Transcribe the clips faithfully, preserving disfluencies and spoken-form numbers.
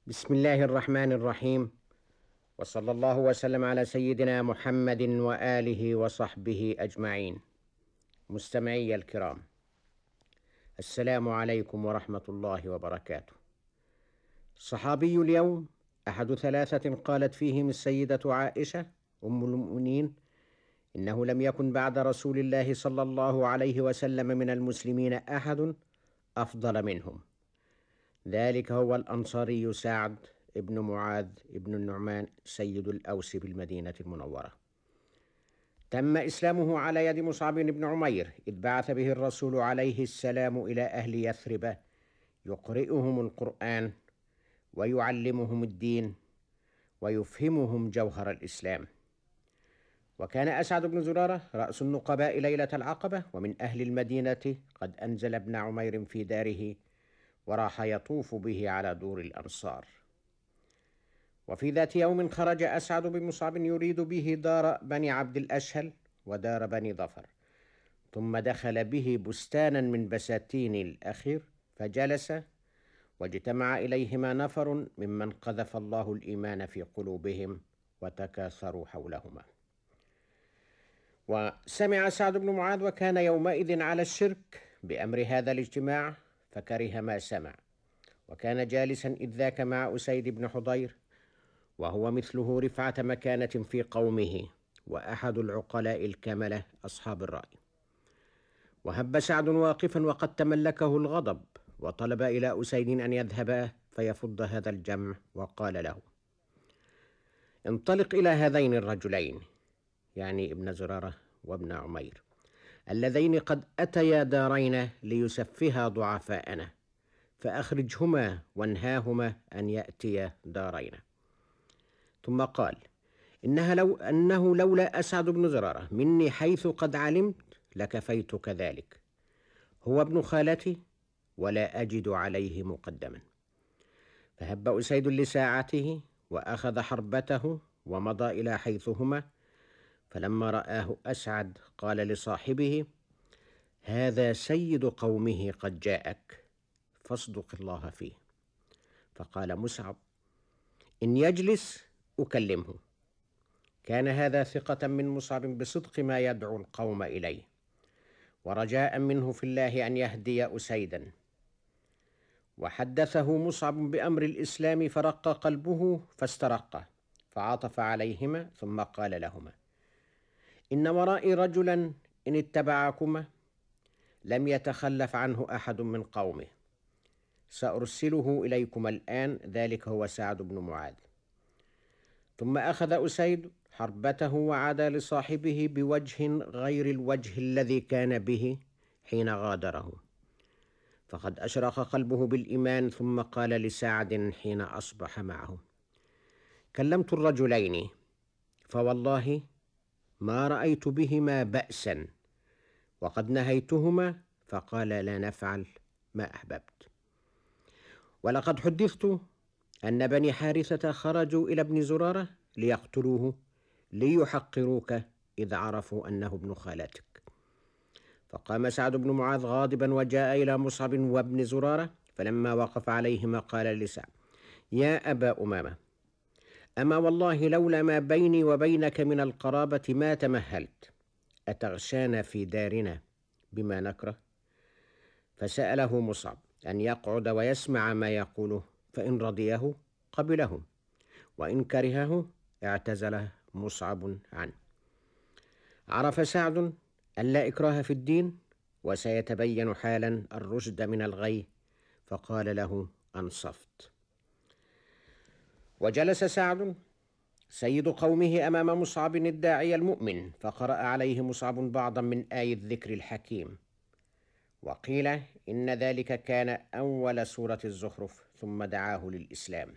بسم الله الرحمن الرحيم، وصلى الله وسلم على سيدنا محمد وآله وصحبه أجمعين. مستمعي الكرام، السلام عليكم ورحمة الله وبركاته. صحابي اليوم أحد ثلاثة قالت فيهم السيدة عائشة أم المؤمنين: إنه لم يكن بعد رسول الله صلى الله عليه وسلم من المسلمين أحد أفضل منهم. ذلك هو الأنصاري سعد ابن معاذ ابن النعمان سيد الأوس بالمدينة المنورة. تم إسلامه على يد مصعب بن عمير، إذ بعث به الرسول عليه السلام إلى أهل يثرب يقرئهم القرآن ويعلمهم الدين ويفهمهم جوهر الإسلام. وكان أسعد بن زرارة رأس النقباء ليلة العقبة، ومن أهل المدينة قد أنزل ابن عمير في داره وراح يطوف به على دور الأنصار. وفي ذات يوم خرج أسعد بن مصعب يريد به دار بني عبد الأشهل ودار بني ظفر، ثم دخل به بستانا من بساتين الأخير فجلس، واجتمع إليهما نفر ممن قذف الله الإيمان في قلوبهم وتكاثروا حولهما. وسمع سعد بن معاذ وكان يومئذ على الشرك بأمر هذا الاجتماع، فكره ما سمع، وكان جالسا إذ ذاك مع أسيد بن حضير، وهو مثله رفعة مكانة في قومه وأحد العقلاء الكملة أصحاب الرأي. وهب سعد واقفا وقد تملكه الغضب، وطلب إلى أسيد أن يذهبا فيفض هذا الجمع، وقال له: انطلق إلى هذين الرجلين، يعني ابن زرارة وابن عمير، اللذين قد أتيا دارين ليسفها ضعفاءنا، فأخرجهما وانهاهما أن يأتيا دارين. ثم قال: إنها لو أنه لولا أسعد بن زرارة مني حيث قد علمت لكفيت كذلك، هو ابن خالتي ولا أجد عليه مقدما. فهب أسيد لساعته وأخذ حربته ومضى إلى حيث هما، فلما رآه أسعد قال لصاحبه: هذا سيد قومه قد جاءك، فاصدق الله فيه. فقال مصعب: إن يجلس أكلمه. كان هذا ثقة من مصعب بصدق ما يدعو القوم إليه، ورجاء منه في الله أن يهدي أسيدا. وحدثه مصعب بأمر الإسلام فرق قلبه فاسترقه، فعطف عليهما ثم قال لهما: إن ورائي رجلا إن اتبعكما لم يتخلف عنه أحد من قومه، سأرسله إليكما الآن، ذلك هو سعد بن معاذ. ثم أخذ أسيد حربته وعاد لصاحبه بوجه غير الوجه الذي كان به حين غادره، فقد أشرق قلبه بالإيمان. ثم قال لسعد حين أصبح معه: كلمت الرجلين فوالله ما رأيت بهما بأسا، وقد نهيتهما فقال لا نفعل ما أحببت. ولقد حدثت أن بني حارثة خرجوا إلى ابن زرارة ليقتلوه ليحقروك إذ عرفوا أنه ابن خالتك. فقام سعد بن معاذ غاضبا وجاء إلى مصعب وابن زرارة، فلما وقف عليهما قال لسعد: يا أبا أمامة، أما والله لولا ما بيني وبينك من القرابة ما تمهلت، أتغشانا في دارنا بما نكره؟ فسأله مصعب أن يقعد ويسمع ما يقوله، فإن رضيه قبله، وإن كرهه اعتزل مصعب عنه. عرف سعد أن لا إكراه في الدين، وسيتبين حالا الرشد من الغي، فقال له: أنصفت. وجلس سعد سيد قومه أمام مصعب الداعي المؤمن، فقرأ عليه مصعب بعضا من آي الذكر الحكيم، وقيل إن ذلك كان أول سورة الزخرف، ثم دعاه للإسلام.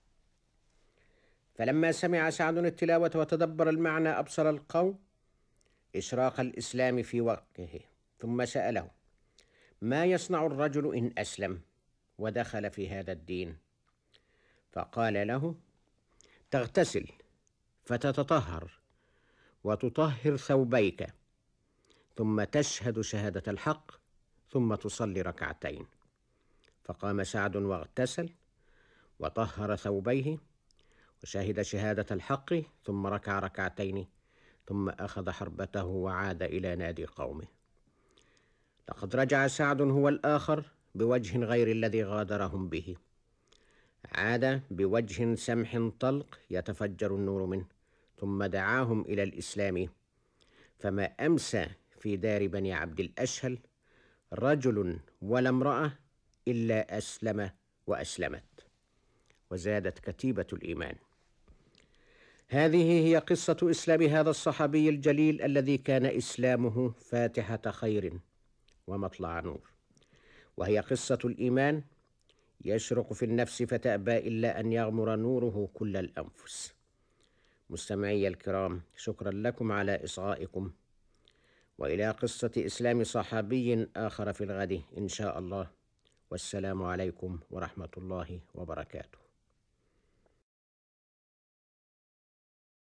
فلما سمع سعد التلاوة وتدبر المعنى أبصر القوم إشراق الإسلام في وجهه، ثم سأله: ما يصنع الرجل إن أسلم ودخل في هذا الدين؟ فقال له: تغتسل فتتطهر وتطهر ثوبيك، ثم تشهد شهادة الحق، ثم تصلي ركعتين. فقام سعد واغتسل وطهر ثوبيه وشهد شهادة الحق، ثم ركع ركعتين، ثم أخذ حربته وعاد إلى نادي قومه. لقد رجع سعد هو الآخر بوجه غير الذي غادرهم به. عاد بوجه سمح طلق يتفجر النور منه، ثم دعاهم إلى الإسلام. فما أمسى في دار بني عبد الأشهل رجل ولا امرأة إلا أسلم وأسلمت، وزادت كتيبة الإيمان. هذه هي قصة إسلام هذا الصحابي الجليل الذي كان إسلامه فاتحة خير ومطلع نور، وهي قصة الإيمان يشرق في النفس فتأبى إلا أن يغمر نوره كل الأنفس. مستمعي الكرام، شكرا لكم على إصغائكم، وإلى قصة إسلام صحابي آخر في الغد إن شاء الله، والسلام عليكم ورحمة الله وبركاته.